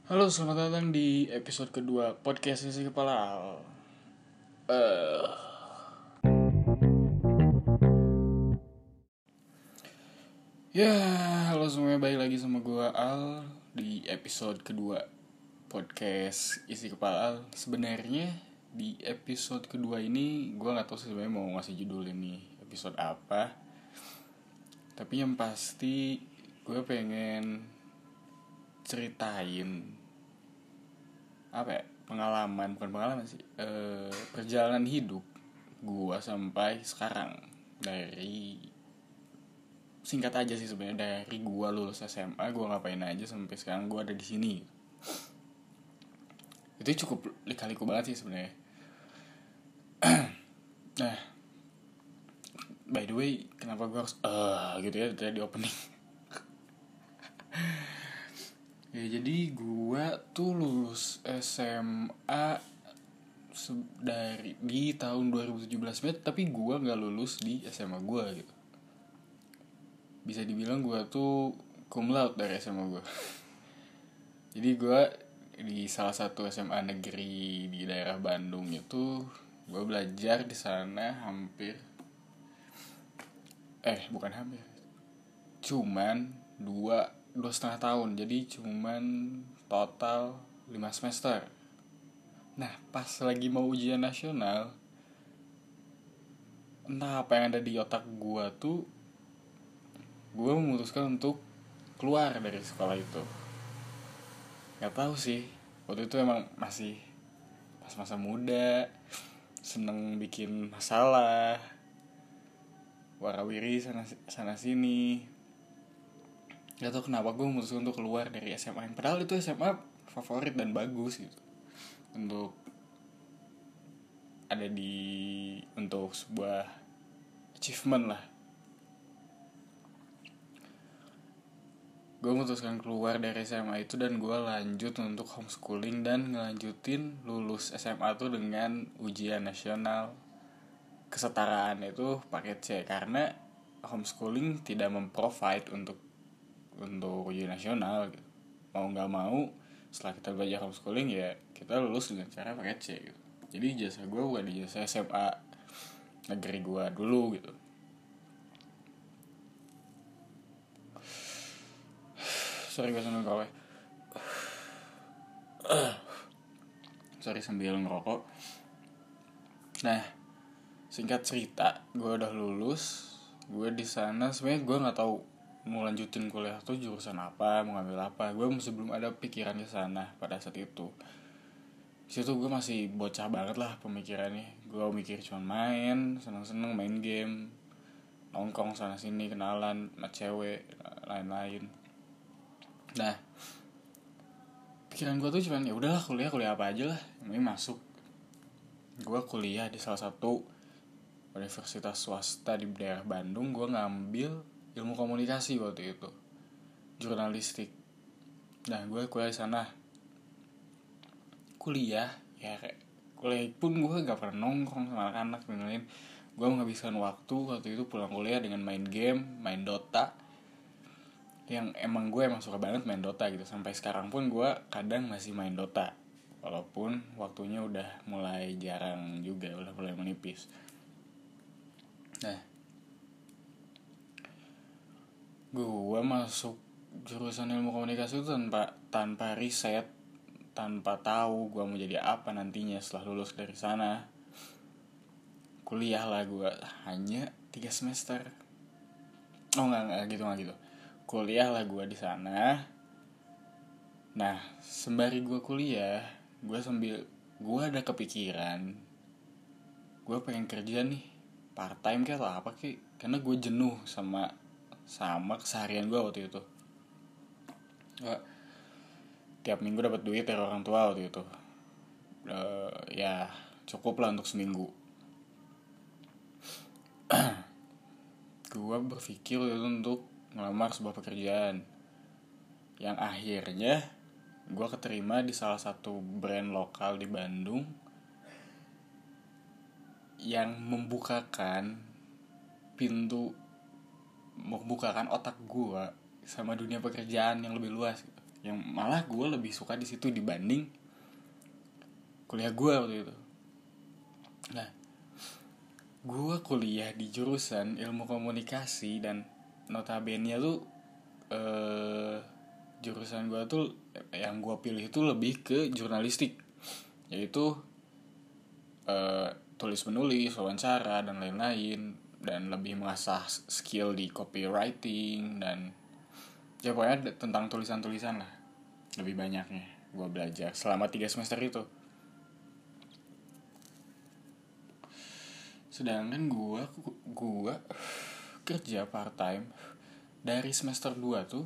Halo, selamat datang di episode kedua podcast Isi Kepala Al. Eh, Ya, halo semuanya, balik lagi sama gua Al di episode kedua podcast Isi Kepala Al. Sebenarnya di episode kedua ini gua nggak tahu sih sebenarnya mau ngasih judul ini episode apa. Tapi yang pasti gue pengen ceritain apa ya, bukan pengalaman sih, perjalanan hidup gua sampai sekarang. Dari singkat aja sih sebenarnya, dari gua lulus SMA gua ngapain aja sampai sekarang gua ada di sini. Itu cukup lika-liku banget sih sebenarnya. Nah, by the way, kenapa gua harus gitu ya dari opening. Ya jadi gua tuh lulus SMA dari di tahun 2017 banget, tapi gua nggak lulus di SMA gua gitu. Bisa dibilang gue tuh cum laude dari SMA gue. Jadi gue di salah satu SMA negeri di daerah Bandung itu, gue belajar di sana bukan hampir, cuman dua setengah tahun. Jadi cuman total 5 semester. Nah, pas lagi mau ujian nasional, entah apa yang ada di otak gue tuh, gue memutuskan untuk keluar dari sekolah itu. Gak tahu sih, waktu itu emang masih pas masa muda, seneng bikin masalah, warawiri sana sini. Gak tahu kenapa gue memutuskan untuk keluar dari SMA yang padahal itu SMA favorit dan bagus gitu, untuk ada untuk sebuah achievement lah. Gue memutuskan keluar dari SMA itu dan gue lanjut untuk homeschooling dan ngelanjutin lulus SMA tuh dengan ujian nasional kesetaraan itu paket C, karena homeschooling tidak memprovide untuk ujian nasional gitu. Mau nggak mau setelah kita belajar homeschooling ya kita lulus dengan cara paket C gitu. Jadi jasa gue bukan di jasa SMA negeri gue dulu gitu. Sorry gue sambil ngerokok. Sorry sambil ngerokok. Nah, singkat cerita, gue udah lulus. Gue di sana sebenarnya gue nggak tahu mau lanjutin kuliah tuh jurusan apa, mau ngambil apa. Gue masih belum ada pikiran ke sana pada saat itu. Di situ gue masih bocah banget lah pemikirannya. Gue mikir cuma main, seneng-seneng main game, nongkrong sana sini, kenalan sama cewek, lain-lain. Nah, pikiran gue tuh cuman ya udahlah, kuliah apa aja lah, yang penting masuk. Gue kuliah di salah satu universitas swasta di daerah Bandung. Gue ngambil ilmu komunikasi waktu itu, jurnalistik. Nah, gue kuliah di sana. Kuliah pun gue gak pernah nongkrong sama anak-anak dan lain-lain. Gue menghabiskan waktu itu pulang kuliah dengan main game, main Dota. Yang emang suka banget main Dota gitu. Sampai sekarang pun gue kadang masih main Dota, walaupun waktunya udah mulai jarang juga, udah mulai menipis. Nah, gue masuk jurusan ilmu komunikasi itu tanpa riset, tanpa tahu gue mau jadi apa nantinya setelah lulus dari sana. Kuliah lah gue hanya 3 semester. Nggak gitu. Kuliah lah gue di sana. Nah, sembari gue kuliah, gue ada kepikiran, gue pengen kerja nih, part time kayak atau apa kayak, karena gue jenuh sama keseharian gue waktu itu. Tiap minggu dapat duit dari orang tua waktu itu. Ya cukup lah untuk seminggu. Gue berpikir itu untuk ngelamar sebuah pekerjaan, yang akhirnya gue keterima di salah satu brand lokal di Bandung, yang membukakan otak gue sama dunia pekerjaan yang lebih luas gitu. yang malah gue lebih suka di situ dibanding kuliah gue waktu itu. Nah, gue kuliah di jurusan ilmu komunikasi dan notabene tuh jurusan gue tuh yang gue pilih itu lebih ke jurnalistik, yaitu tulis menulis, wawancara dan lain-lain, dan lebih mengasah skill di copywriting dan ya pokoknya tentang tulisan-tulisan lah lebih banyaknya gue belajar selama 3 semester itu. Sedangkan gue kerja part time dari semester 2 tuh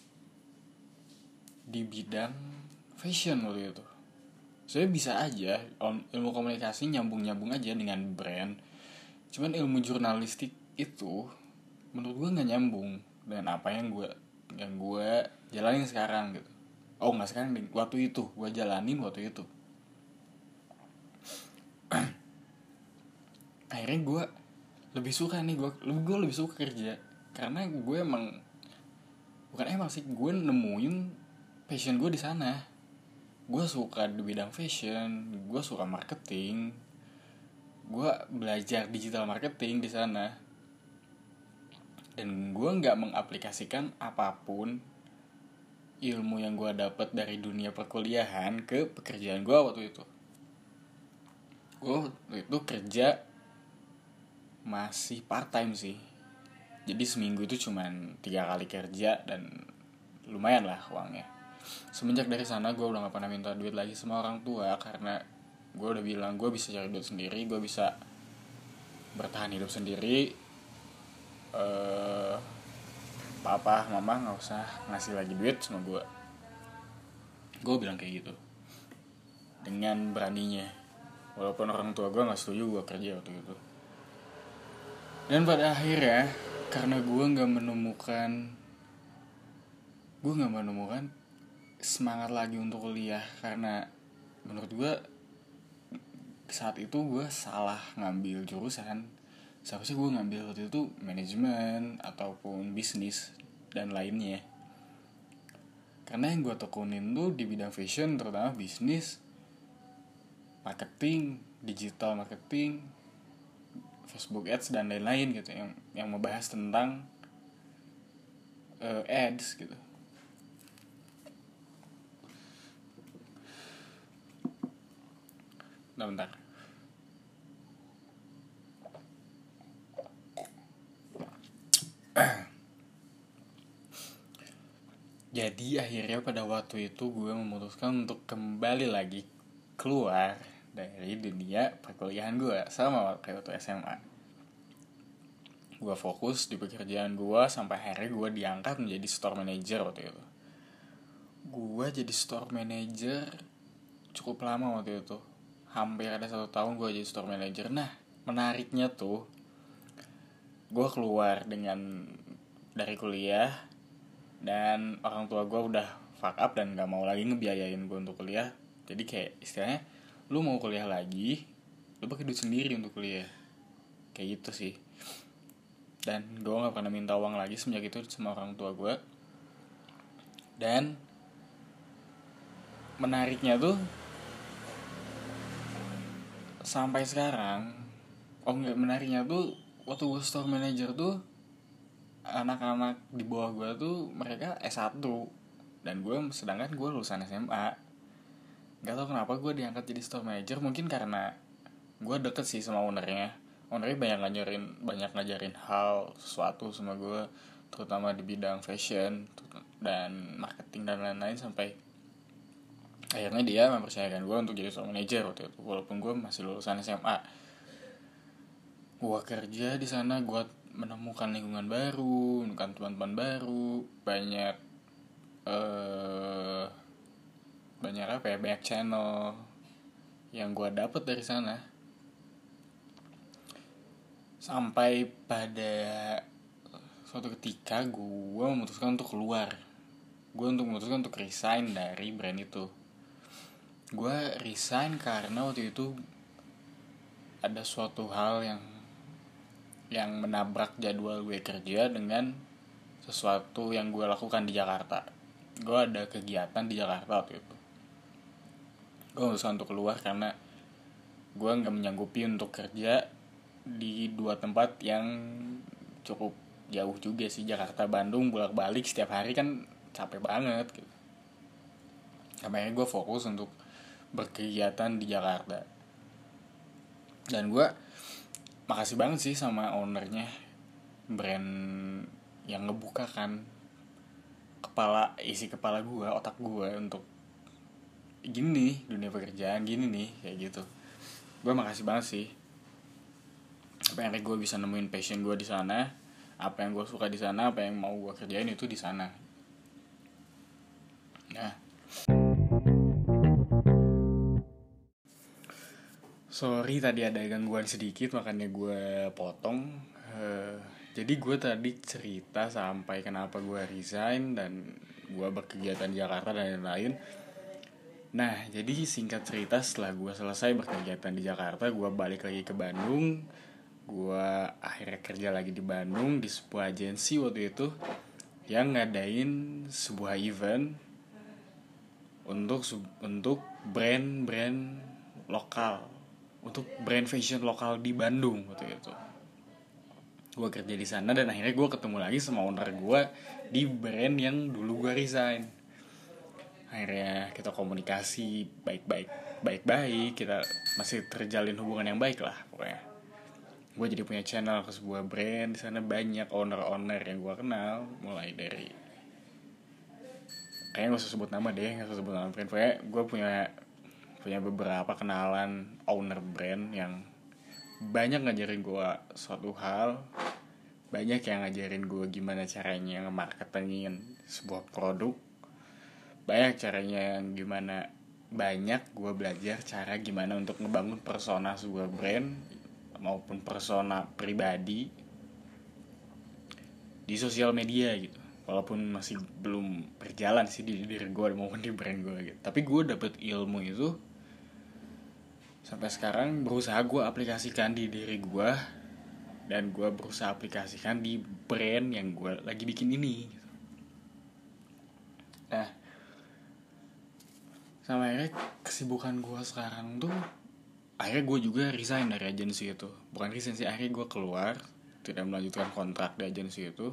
di bidang fashion waktu itu. Saya bisa aja ilmu komunikasi nyambung aja dengan brand. Cuman ilmu jurnalistik itu menurut gue nggak nyambung dengan apa yang gue jalanin sekarang gitu. Oh nggak sekarang, waktu itu gue jalanin waktu itu. Akhirnya gue lebih suka nih, gue lebih suka kerja karena gue gue nemuin passion gue di sana. Gue suka di bidang fashion, gue suka marketing, gue belajar digital marketing di sana, dan gue nggak mengaplikasikan apapun ilmu yang gue dapat dari dunia perkuliahan ke pekerjaan gue waktu itu. Gue waktu itu kerja masih part time sih, jadi seminggu itu cuman 3 kali kerja dan lumayan lah uangnya. Semenjak dari sana gue udah gak pernah minta duit lagi sama orang tua, karena gue udah bilang gue bisa cari duit sendiri, gue bisa bertahan hidup sendiri. Papa mama gak usah ngasih lagi duit sama gue bilang kayak gitu dengan beraninya, walaupun orang tua gue gak setuju gue kerja waktu itu. Dan pada akhirnya karena gue gak menemukan semangat lagi untuk kuliah, karena menurut gue saat itu gue salah ngambil jurusan. Seharusnya gue ngambil waktu itu manajemen ataupun bisnis dan lainnya, karena yang gue tekunin tuh di bidang fashion, terutama bisnis, marketing, digital marketing, Facebook Ads dan lain-lain gitu, yang membahas tentang ads gitu. Bentar. Jadi akhirnya pada waktu itu gue memutuskan untuk kembali lagi keluar dari dunia perkuliahan gue sama kayak waktu SMA. Gue fokus di pekerjaan gue sampai akhirnya gue diangkat menjadi store manager waktu itu. Gue jadi store manager cukup lama waktu itu, hampir ada 1 tahun gue jadi store manager. Nah menariknya tuh, gue keluar dari kuliah dan orang tua gue udah fuck up dan gak mau lagi ngebiayain gue untuk kuliah. Jadi kayak istilahnya, lu mau kuliah lagi, lu pakai duit sendiri untuk kuliah, kayak gitu sih. Dan gue gak pernah minta uang lagi semenjak itu sama orang tua gue. Dan menariknya tuh sampai sekarang, menariknya tuh waktu gue store manager tuh anak-anak di bawah gue tuh mereka S1 dan sedangkan gue lulusan SMA. Gak tau kenapa gue diangkat jadi store manager. Mungkin karena gue deket sih sama ownernya banyak ngajarin hal sesuatu sama gue, terutama di bidang fashion dan marketing dan lain-lain, sampai akhirnya dia mempercayakan gue untuk jadi store manager waktu itu, walaupun gue masih lulusan SMA. Gue kerja di sana, gue menemukan lingkungan baru, menemukan teman-teman baru, banyak channel yang gue dapet dari sana. Sampai pada suatu ketika gue memutuskan untuk keluar. Gue memutuskan untuk resign dari brand itu. Gue resign karena waktu itu ada suatu hal yang menabrak jadwal gue kerja dengan sesuatu yang gue lakukan di Jakarta. gue ada kegiatan di Jakarta waktu itu. Gue memutuskan untuk keluar karena gue nggak menyanggupi untuk kerja di dua tempat yang cukup jauh juga sih. Jakarta Bandung bolak-balik setiap hari kan capek banget gitu. Makanya gue fokus untuk berkegiatan di Jakarta. Dan gue makasih banget sih sama ownernya, brand yang ngebuka kan isi kepala gue, otak gue untuk gini nih dunia pekerjaan, gini nih kayak gitu. Gue makasih banget sih. Apa yang gue bisa nemuin passion gue di sana, apa yang gue suka di sana, apa yang mau gue kerjain itu di sana. Nah, sorry tadi ada gangguan sedikit makanya gue potong. Jadi gue tadi cerita sampai kenapa gue resign dan gue berkegiatan di Jakarta dan lain-lain. Nah, jadi singkat cerita setelah gue selesai berkegiatan di Jakarta, gue balik lagi ke Bandung. Gue akhirnya kerja lagi di Bandung di sebuah agensi waktu itu yang ngadain sebuah event untuk brand-brand lokal, untuk brand fashion lokal di Bandung waktu itu. Gue kerja di sana dan akhirnya gue ketemu lagi sama owner gue di brand yang dulu gue resign. Akhirnya kita komunikasi baik-baik, kita masih terjalin hubungan yang baik lah pokoknya. Gue jadi punya channel ke sebuah brand, di sana banyak owner yang gue kenal, mulai dari kayaknya gak usah sebut nama deh, gak usah sebut nama brand. Pokoknya gue punya beberapa kenalan owner brand yang banyak ngajarin gue suatu hal, banyak yang ngajarin gue gimana caranya nge-marketingin sebuah produk, banyak caranya yang gimana, banyak gue belajar cara gimana untuk ngebangun persona sebuah brand maupun persona pribadi di sosial media gitu. Walaupun masih belum berjalan sih di diri gue maupun di brand gue gitu, tapi gue dapet ilmu itu sampai sekarang berusaha gue aplikasikan di diri gue, dan gue berusaha aplikasikan di brand yang gue lagi bikin ini gitu. Nah, sama akhirnya kesibukan gue sekarang tuh akhirnya gue juga resign dari agensi itu. Bukan resign sih, akhirnya gue keluar, tidak melanjutkan kontrak di agensi itu.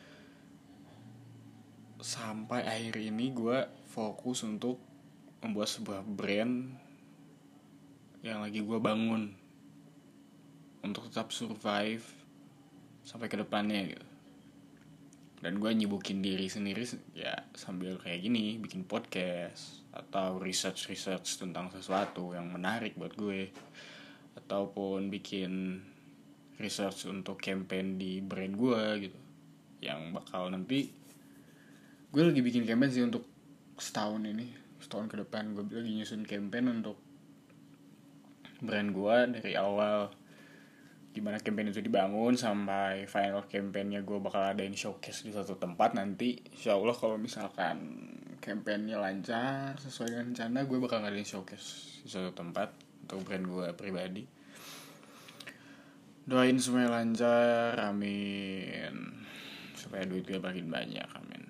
Sampai akhir ini gue fokus untuk membuat sebuah brand yang lagi gue bangun untuk tetap survive sampai ke depannya gitu. Dan gue nyibukin diri sendiri ya sambil kayak gini, bikin podcast atau research tentang sesuatu yang menarik buat gue, ataupun bikin research untuk campaign di brand gue gitu, yang bakal nanti gue lagi bikin campaign sih untuk setahun ke depan. Gue lagi nyusun campaign untuk brand gue dari awal, gimana campaign itu dibangun sampai final campaignnya. Gue bakal adain showcase di satu tempat nanti. Insya Allah kalau misalkan campaignnya lancar sesuai dengan rencana, gue bakal ngadain showcase di satu tempat untuk brand gue pribadi. Doain semuanya lancar, amin, supaya duitnya makin banyak, amin.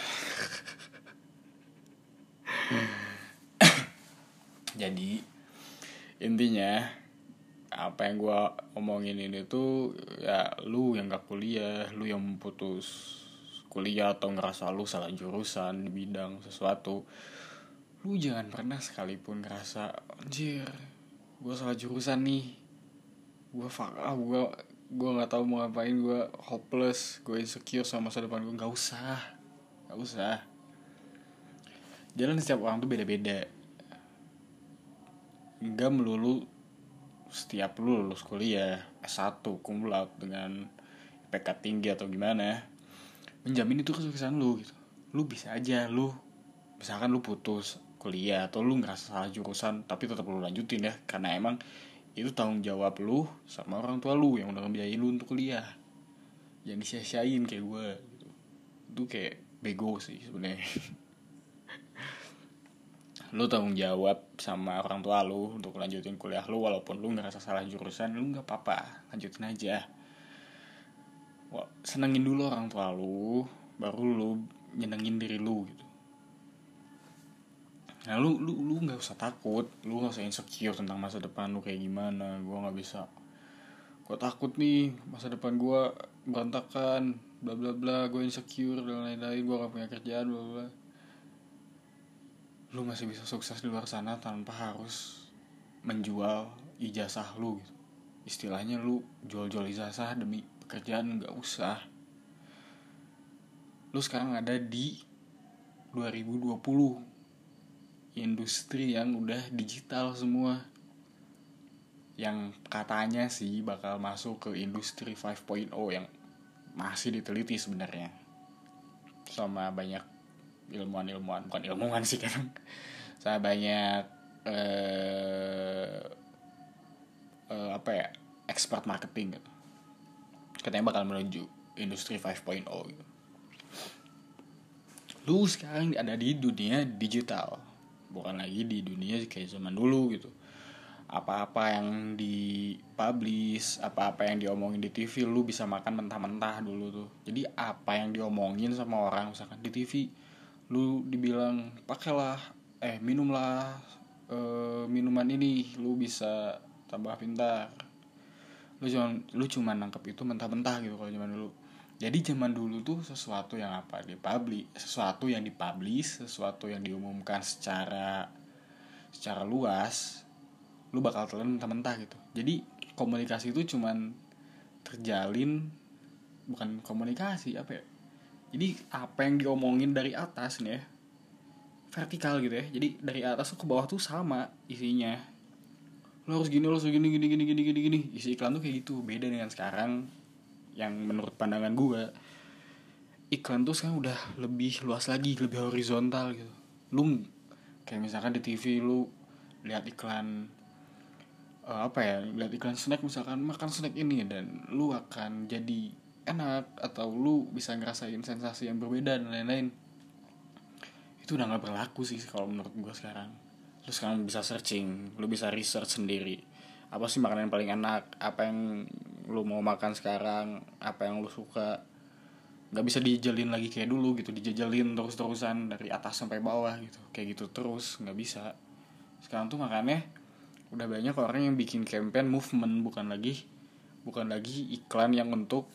Jadi intinya apa yang gue omongin ini tuh ya, lu yang gak kuliah, lu yang putus kuliah atau ngerasa lu salah jurusan di bidang sesuatu, lu jangan pernah sekalipun ngerasa anjir gue salah jurusan nih, gue gue nggak tahu mau ngapain, gue hopeless, gue insecure sama masa depan gue. Nggak usah. Jalan setiap orang tuh beda-beda. Nggak melulu setiap lu lulus kuliah S1 cum laude dengan IPK tinggi atau gimana menjamin itu kesuksesan lu gitu. Lu bisa aja, misalkan lu putus kuliah atau lu ngerasa salah jurusan tapi tetap lu lanjutin ya, karena emang itu tanggung jawab lu sama orang tua lu yang udah ngebiayain lu untuk kuliah. Jangan disia-siain kayak gue gitu. Itu kayak bego sih sebenarnya. Lu tanggung jawab sama orang tua lu untuk lanjutin kuliah lu, walaupun lu ngerasa salah jurusan, lu nggak apa-apa, lanjutin aja. Wah, senengin dulu orang tua lu, baru lu nyenengin diri lu gitu. Nah lu nggak usah takut, lu nggak usah insecure tentang masa depan lu kayak gimana. Gue takut nih masa depan gue berantakan, bla bla bla, gue insecure dan lain-lain, gue gak punya kerjaan, bla bla. Lu masih bisa sukses di luar sana tanpa harus menjual ijazah lu gitu. Istilahnya lu jual-jual ijazah demi pekerjaan, nggak usah. Lu sekarang ada di 2020, industri yang udah digital semua, yang katanya sih bakal masuk ke industri 5.0 yang masih diteliti sebenarnya sama banyak ilmuwan, bukan ilmuwan sih kan, sama banyak apa ya, expert marketing gitu. Katanya bakal menuju industri 5.0 gitu. Lu sekarang ada di dunia digital, bukan lagi di dunia kayak zaman dulu gitu. Apa-apa yang dipublish, apa-apa yang diomongin di TV lu bisa makan mentah-mentah dulu tuh. Jadi apa yang diomongin sama orang misalkan di TV, lu dibilang pakailah minumlah minuman ini, lu bisa tambah pintar. Lu cuma nangkep itu mentah-mentah gitu kalau zaman dulu. Jadi zaman dulu tuh sesuatu yang dipublish, sesuatu yang diumumkan secara luas, lu bakal telan mentah-mentah gitu. Jadi komunikasi itu cuman terjalin, bukan komunikasi apa ya. Jadi apa yang diomongin dari atas nih ya, vertikal gitu ya. Jadi dari atas ke bawah tuh sama isinya. Lu harus gini, gini. Isi iklan tuh kayak gitu. Beda dengan sekarang yang menurut pandangan gue, iklan tuh sekarang udah lebih luas lagi, lebih horizontal gitu. Lu kayak misalkan di TV lu lihat iklan lihat iklan snack, misalkan makan snack ini dan lu akan jadi enak, atau lu bisa ngerasain sensasi yang berbeda dan lain-lain. Itu udah nggak berlaku sih kalau menurut gue sekarang. Lu sekarang bisa searching, lu bisa research sendiri, apa sih makanan yang paling enak, apa yang lu mau makan sekarang, apa yang lu suka. Nggak bisa dijelin lagi kayak dulu gitu, dijejelin terus-terusan dari atas sampai bawah gitu, kayak gitu terus nggak bisa. Sekarang tuh makanya udah banyak orang yang bikin campaign movement, bukan lagi iklan yang untuk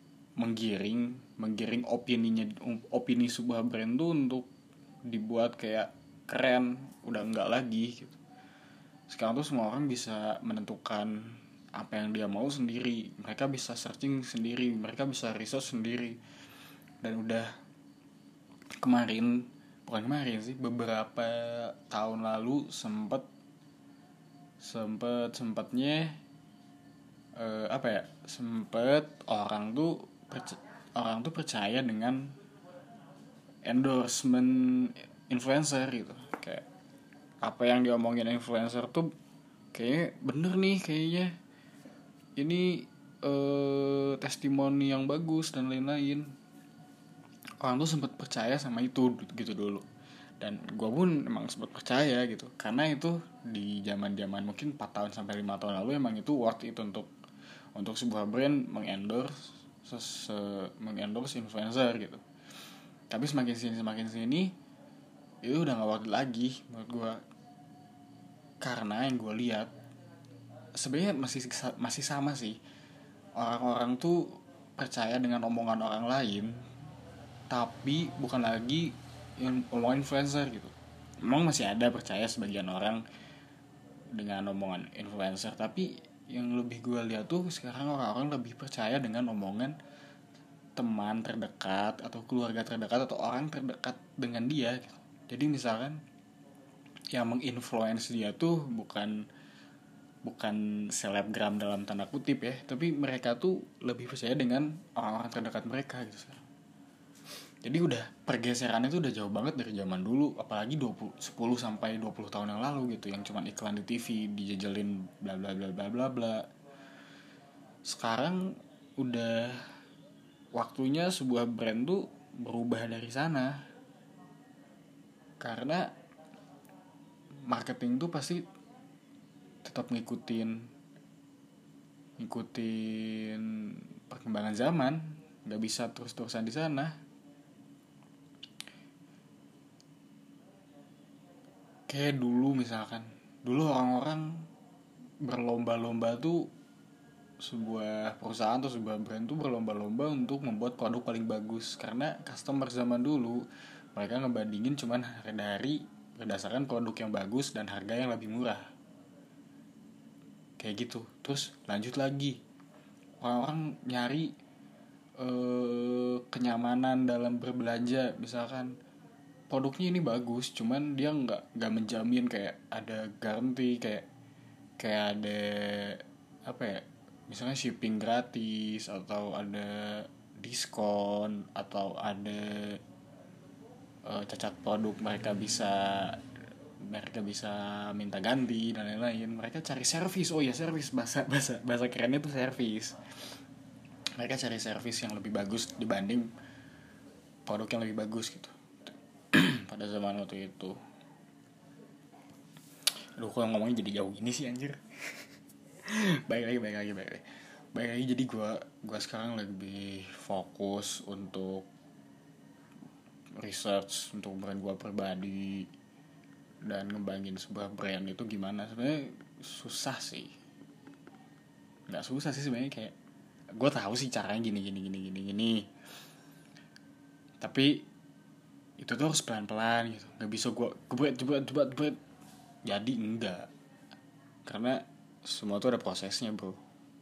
menggiring opini sebuah brand tuh untuk dibuat kayak keren. Udah enggak lagi gitu. Sekarang tuh semua orang bisa menentukan apa yang dia mau sendiri, mereka bisa searching sendiri, mereka bisa research sendiri. Dan udah bukan kemarin sih, beberapa tahun lalu sempetnya sempet orang tuh percaya dengan endorsement influencer gitu. Kayak apa yang diomongin influencer tuh kayaknya bener nih, kayaknya ini testimoni yang bagus dan lain-lain. Orang tuh sempat percaya sama itu gitu dulu, dan gue pun emang sempat percaya gitu, karena itu di zaman mungkin 4 tahun sampai 5 tahun lalu emang itu worth it untuk sebuah brand mengendorse influencer gitu. Tapi semakin sini itu udah gak worth it lagi menurut gue, karena yang gue lihat sebenarnya masih sama sih. Orang-orang tuh percaya dengan omongan orang lain, tapi bukan lagi yang omongan influencer gitu. Memang masih ada percaya sebagian orang dengan omongan influencer, tapi yang lebih gue lihat tuh sekarang orang-orang lebih percaya dengan omongan teman terdekat atau keluarga terdekat atau orang terdekat dengan dia gitu. Jadi misalkan yang menginfluence dia tuh bukan selebgram dalam tanda kutip ya, tapi mereka tuh lebih percaya dengan orang-orang terdekat mereka gitu sekarang. Jadi udah pergeserannya tuh udah jauh banget dari zaman dulu, apalagi 10 sampai 20 tahun yang lalu gitu, yang cuman iklan di TV dijejelin bla bla bla bla bla bla. Sekarang udah waktunya sebuah brand tuh berubah dari sana. Karena marketing tuh pasti tetap ngikutin perkembangan zaman, nggak bisa terus-terusan di sana. Kayak dulu misalkan, dulu orang-orang berlomba-lomba tuh, sebuah perusahaan atau sebuah brand tuh berlomba-lomba untuk membuat produk paling bagus, karena customer zaman dulu mereka ngebandingin cuman dari berdasarkan produk yang bagus dan harga yang lebih murah. Kayak gitu. Terus lanjut lagi, orang-orang nyari kenyamanan dalam berbelanja. Misalkan produknya ini bagus, cuman dia nggak menjamin kayak ada garansi, kayak ada apa ya, misalnya shipping gratis, atau ada diskon, atau ada cacat produk mereka bisa minta ganti dan lain-lain. Mereka cari servis. Oh ya, servis, bahasa kerennya tuh servis. Mereka cari servis yang lebih bagus dibanding produk yang lebih bagus gitu. Pada zaman waktu itu. Aduh, kok ngomongnya jadi jauh gini sih anjir. Baik lagi. Jadi gue sekarang lebih fokus untuk research untuk brand gue pribadi dan ngembangin sebuah brand itu gimana. Sebenarnya susah sih, nggak susah sih sebenarnya, kayak gue tahu sih caranya gini, tapi itu tuh harus pelan-pelan gitu, nggak bisa gue gebret jadi, enggak, karena semua tuh ada prosesnya bro.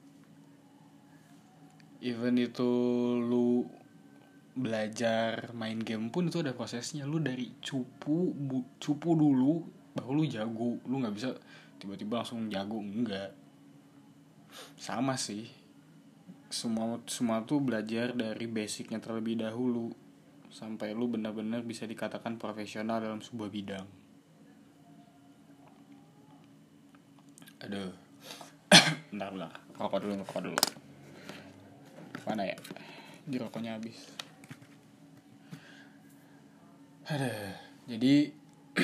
Even itu lu belajar main game pun itu ada prosesnya. Lu dari cupu dulu baru lu jago. Lu nggak bisa tiba-tiba langsung jago, enggak. Sama sih, semua tuh belajar dari basicnya terlebih dahulu sampai lu benar-benar bisa dikatakan profesional dalam sebuah bidang. Aduh. bentar rokok dulu. Mana ya, di rokoknya habis. Aduh. Jadi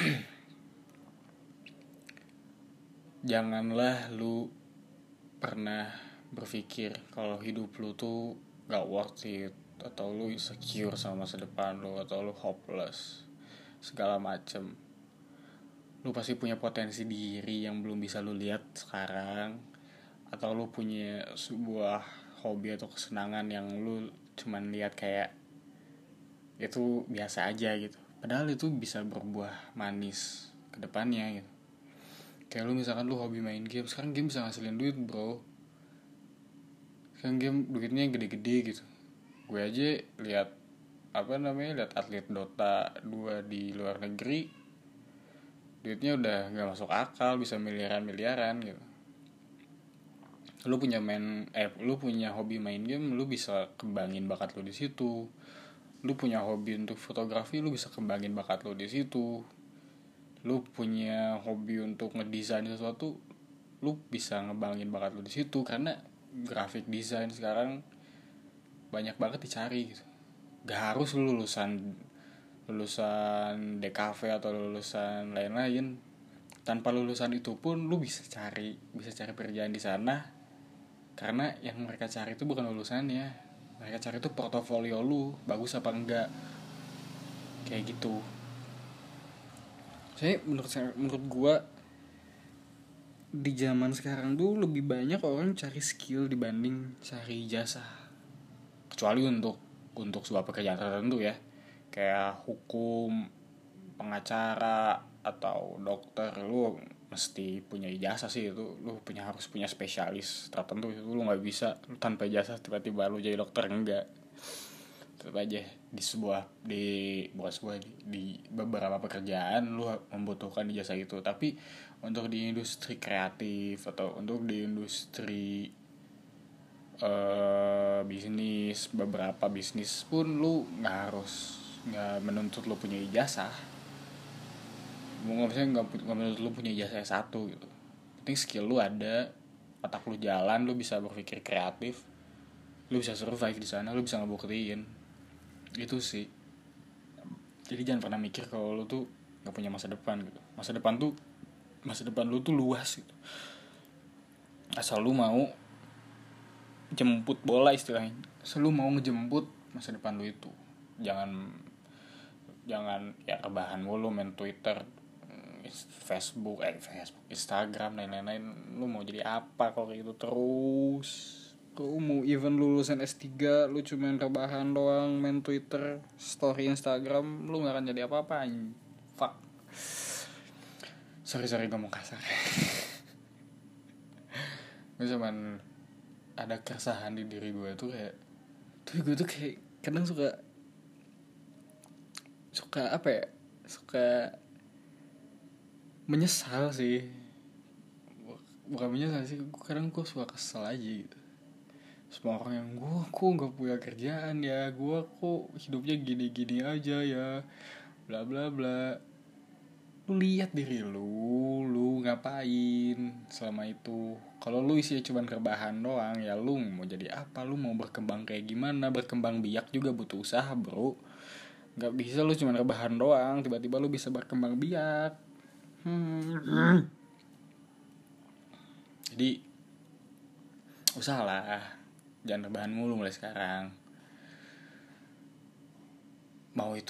janganlah lu pernah berpikir kalau hidup lu tuh gak worth it, atau lu insecure sama masa depan lu, atau lu hopeless segala macem. Lu pasti punya potensi diri yang belum bisa lu lihat sekarang, atau lu punya sebuah hobi atau kesenangan yang lu cuman lihat kayak itu biasa aja gitu, padahal itu bisa berbuah manis ke depannya gitu. Kayak lu misalkan lu hobi main game, sekarang game bisa ngasilin duit bro. Sekarang game duitnya gede-gede gitu. Gue aja lihat lihat atlet Dota 2 di luar negeri, duitnya udah nggak masuk akal, bisa miliaran gitu. Lu punya hobi main game, lu bisa kembangin bakat lu di situ. Lu punya hobi untuk fotografi, lu bisa kembangin bakat lu di situ. Lu punya hobi untuk ngedesain sesuatu, lu bisa ngebangin bakat lu di situ, karena graphic design sekarang banyak banget dicari gitu. Gak harus lu lulusan DKV atau lulusan lain-lain. Tanpa lulusan itu pun lu bisa cari pekerjaan di sana, karena yang mereka cari itu bukan lulusannya, mereka cari itu portofolio lu bagus apa enggak, kayak gitu. Menurut gue di zaman sekarang tuh lebih banyak orang cari skill dibanding cari jasa, kecuali untuk sebuah pekerjaan tertentu ya, kayak hukum, pengacara, atau dokter. Lu mesti punya ijazah sih, itu lu harus punya spesialis tertentu. Itu lu nggak bisa tanpa ijazah tiba-tiba lu jadi dokter, enggak. Tetap aja di beberapa pekerjaan lu membutuhkan ijazah itu. Tapi untuk di industri kreatif atau untuk di industri bisnis, beberapa bisnis pun lu nggak menuntut lu punya ijazah. Nggak menuntut lu punya ijazah S1 gitu. Penting skill lu ada, otak lu jalan, lu bisa berpikir kreatif, lu bisa survive di sana, lu bisa ngebuktiin. Itu sih. Jadi jangan pernah mikir kalau lu tuh nggak punya masa depan gitu. Masa depan lu tuh luas gitu, asal lu mau jemput bola istilahnya. Asal lu mau ngejemput masa depan lu itu. Jangan ya rebahan mulu main Twitter. Facebook, Instagram dan lain-lain. Lu mau jadi apa kalau kayak gitu terus? Lu mau even lulusan S3, lu cuma rebahan doang, main Twitter, story Instagram, lu gak akan jadi apa-apa. Fuck. Sorry ngomong kasar. Gue cuman ada keresahan di diri gue tuh kayak, tapi gue tuh kayak kadang suka apa ya, suka menyesal sih. Bukan menyesal sih, kadang gue suka kesel aja gitu. Semua orang yang gue kok nggak punya kerjaan ya, gue kok hidupnya gini-gini aja ya, bla bla bla. Lu lihat diri lu ngapain selama itu. Kalau lu isinya cuma rebahan doang, ya lu mau jadi apa? Lu mau berkembang kayak gimana? Berkembang biak juga butuh usaha, bro. Gak bisa lu cuma rebahan doang tiba-tiba lu bisa berkembang biak. Jadi usahalah, jangan rebahan mulu mulai sekarang. Mau itu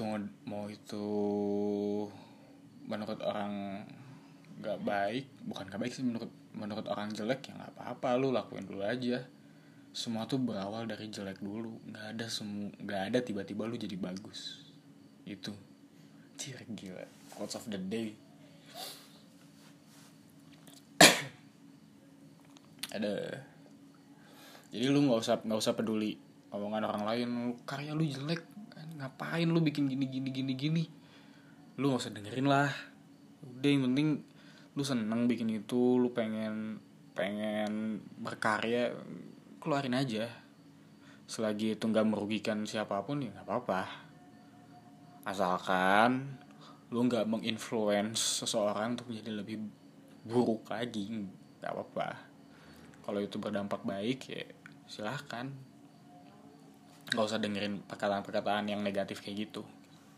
menurut orang gak baik, bukan gak baik sih, menurut orang jelek, ya gak apa-apa, lu lakuin dulu aja. Semua tuh berawal dari jelek dulu. Gak ada tiba-tiba lu jadi bagus. Itu gila, quotes of the day. Ada. Jadi lu nggak usah peduli omongan orang lain. Karya lu jelek, ngapain lu bikin gini. Lu nggak usah dengerin lah. Udah, yang penting lu seneng bikin itu, lu pengen berkarya, keluarin aja. Selagi itu nggak merugikan siapapun ya nggak apa-apa. Asalkan lu nggak menginfluence seseorang untuk menjadi lebih buruk lagi, nggak apa-apa. Kalau itu berdampak baik ya silahkan. Gak usah dengerin perkataan-perkataan yang negatif kayak gitu.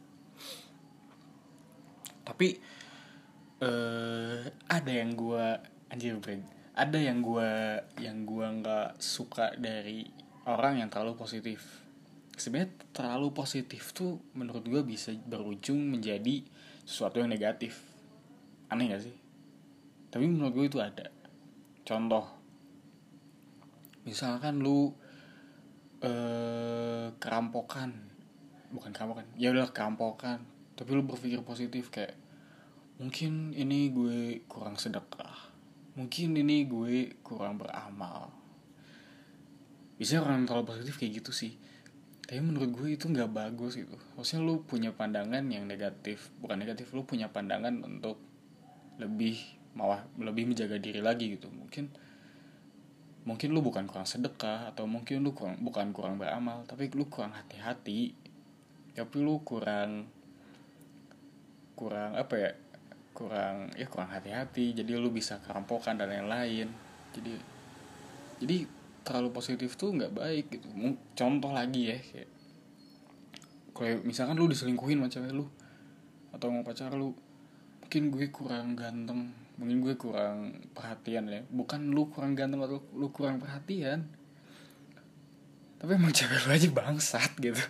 Tapi ada yang gue ada yang gue nggak suka dari orang yang terlalu positif. Sebenarnya terlalu positif tuh menurut gue bisa berujung menjadi sesuatu yang negatif. Aneh gak sih? Tapi menurut gue itu ada. Contoh, misalkan lu kerampokan, ya udah kerampokan, tapi lu berpikir positif kayak, mungkin ini gue kurang sedekah, mungkin ini gue kurang beramal. Biasanya orang terlalu positif kayak gitu sih. Tapi menurut gue itu gak bagus gitu. Harusnya lu punya pandangan yang negatif. Bukan negatif, lu punya pandangan untuk lebih menjaga diri lagi gitu. Mungkin lu bukan kurang sedekah, atau mungkin lu bukan kurang beramal, tapi lu kurang hati-hati. Tapi lu kurang apa ya? Kurang hati-hati. Jadi lu bisa kerampokan dan lain-lain. Jadi terlalu positif tuh nggak baik gitu. Contoh lagi ya, kayak misalkan lu diselingkuhin sama cewek lu atau sama pacar lu, mungkin gue kurang ganteng, mungkin gue kurang perhatian ya. Bukan lu kurang ganteng atau lu kurang perhatian, tapi emang cewek lu aja bangsat gitu.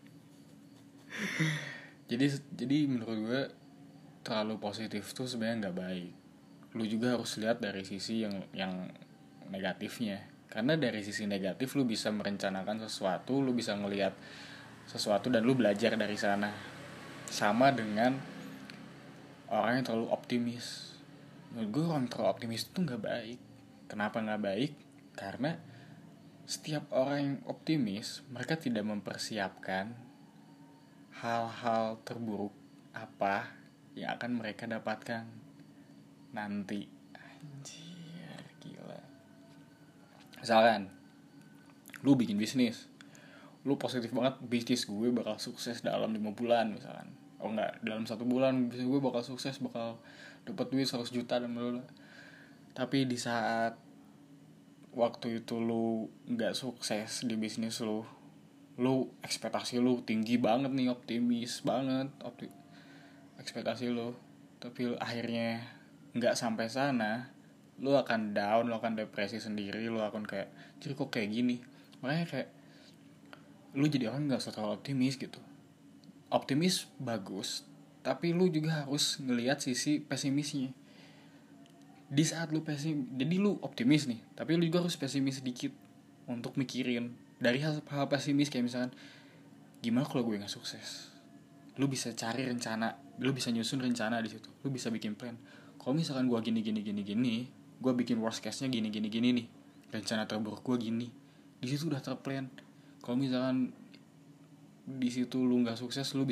jadi menurut gue terlalu positif tuh sebenarnya nggak baik. Lu juga harus lihat dari sisi yang negatifnya. Karena dari sisi negatif lu bisa merencanakan sesuatu, lu bisa ngelihat sesuatu dan lu belajar dari sana. Sama dengan orang yang terlalu optimis. Menurut gue orang terlalu optimis itu gak baik. Kenapa gak baik? Karena setiap orang yang optimis, mereka tidak mempersiapkan hal-hal terburuk apa yang akan mereka dapatkan nanti. Anjir, gila. Misalkan lu bikin bisnis, lu positif banget, bisnis gue bakal sukses dalam 5 bulan misalkan. Oh enggak, dalam 1 bulan bisnis gue bakal sukses, bakal dapat duit 100 juta dan bla. Tapi di saat waktu itu lu enggak sukses di bisnis lu ekspektasi lu tinggi banget nih, optimis banget ekspektasi lu, tapi akhirnya enggak sampai sana, lu akan down, lu akan depresi sendiri, lu akan kayak, jadi kok kayak gini. Makanya kayak lu jadi orang gak usah terlalu optimis gitu. Optimis bagus, tapi lu juga harus ngelihat sisi pesimisnya. Di saat lu pesimis, jadi lu optimis nih, tapi lu juga harus pesimis sedikit untuk mikirin dari hal pesimis, kayak misalkan gimana kalau gue nggak sukses. Lu bisa cari rencana, lu bisa nyusun rencana di situ, lu bisa bikin plan. Kalau misalkan gue gini, gue bikin worst case nya gini nih, rencana terburuk gue gini, di situ udah terplan. Kalau misalkan di situ lu nggak sukses, lu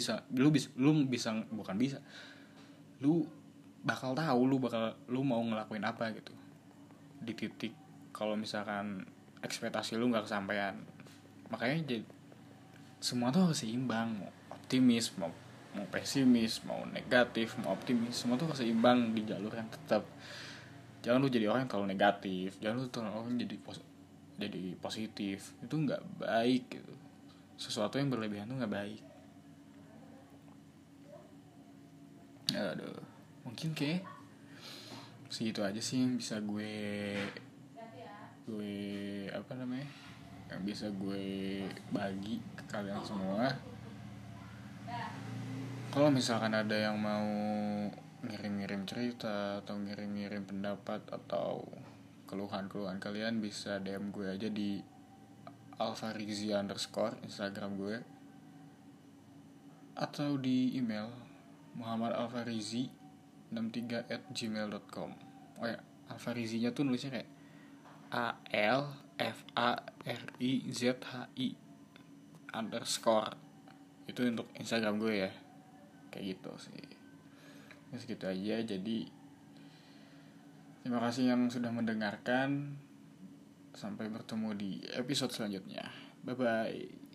bakal tahu lu mau ngelakuin apa gitu di titik kalau misalkan ekspektasi lu nggak kesampaian. Makanya jadi semua tuh harus seimbang, mau optimis, mau pesimis, mau negatif, mau optimis, semua tuh harus seimbang di jalur yang tetap. Jangan lu jadi orang yang terlalu negatif, jangan lu terlalu orang jadi positif, itu nggak baik gitu. Sesuatu yang berlebihan tuh nggak baik. Aduh, mungkin kayak segitu aja sih yang bisa gue yang bisa gue bagi ke kalian semua. Kalau misalkan ada yang mau ngirim-ngirim cerita atau ngirim-ngirim pendapat atau keluhan-keluhan kalian, bisa DM gue aja di @alfarizi_ Instagram gue, atau di email muhammadalfarizi63@gmail.com. Oh ya, Alfarizinya tuh nulisnya kayak ALFARIZHI_ itu untuk Instagram gue ya. Kayak gitu sih. Ya segitu aja. Jadi terima kasih yang sudah mendengarkan. Sampai bertemu di episode selanjutnya. Bye bye.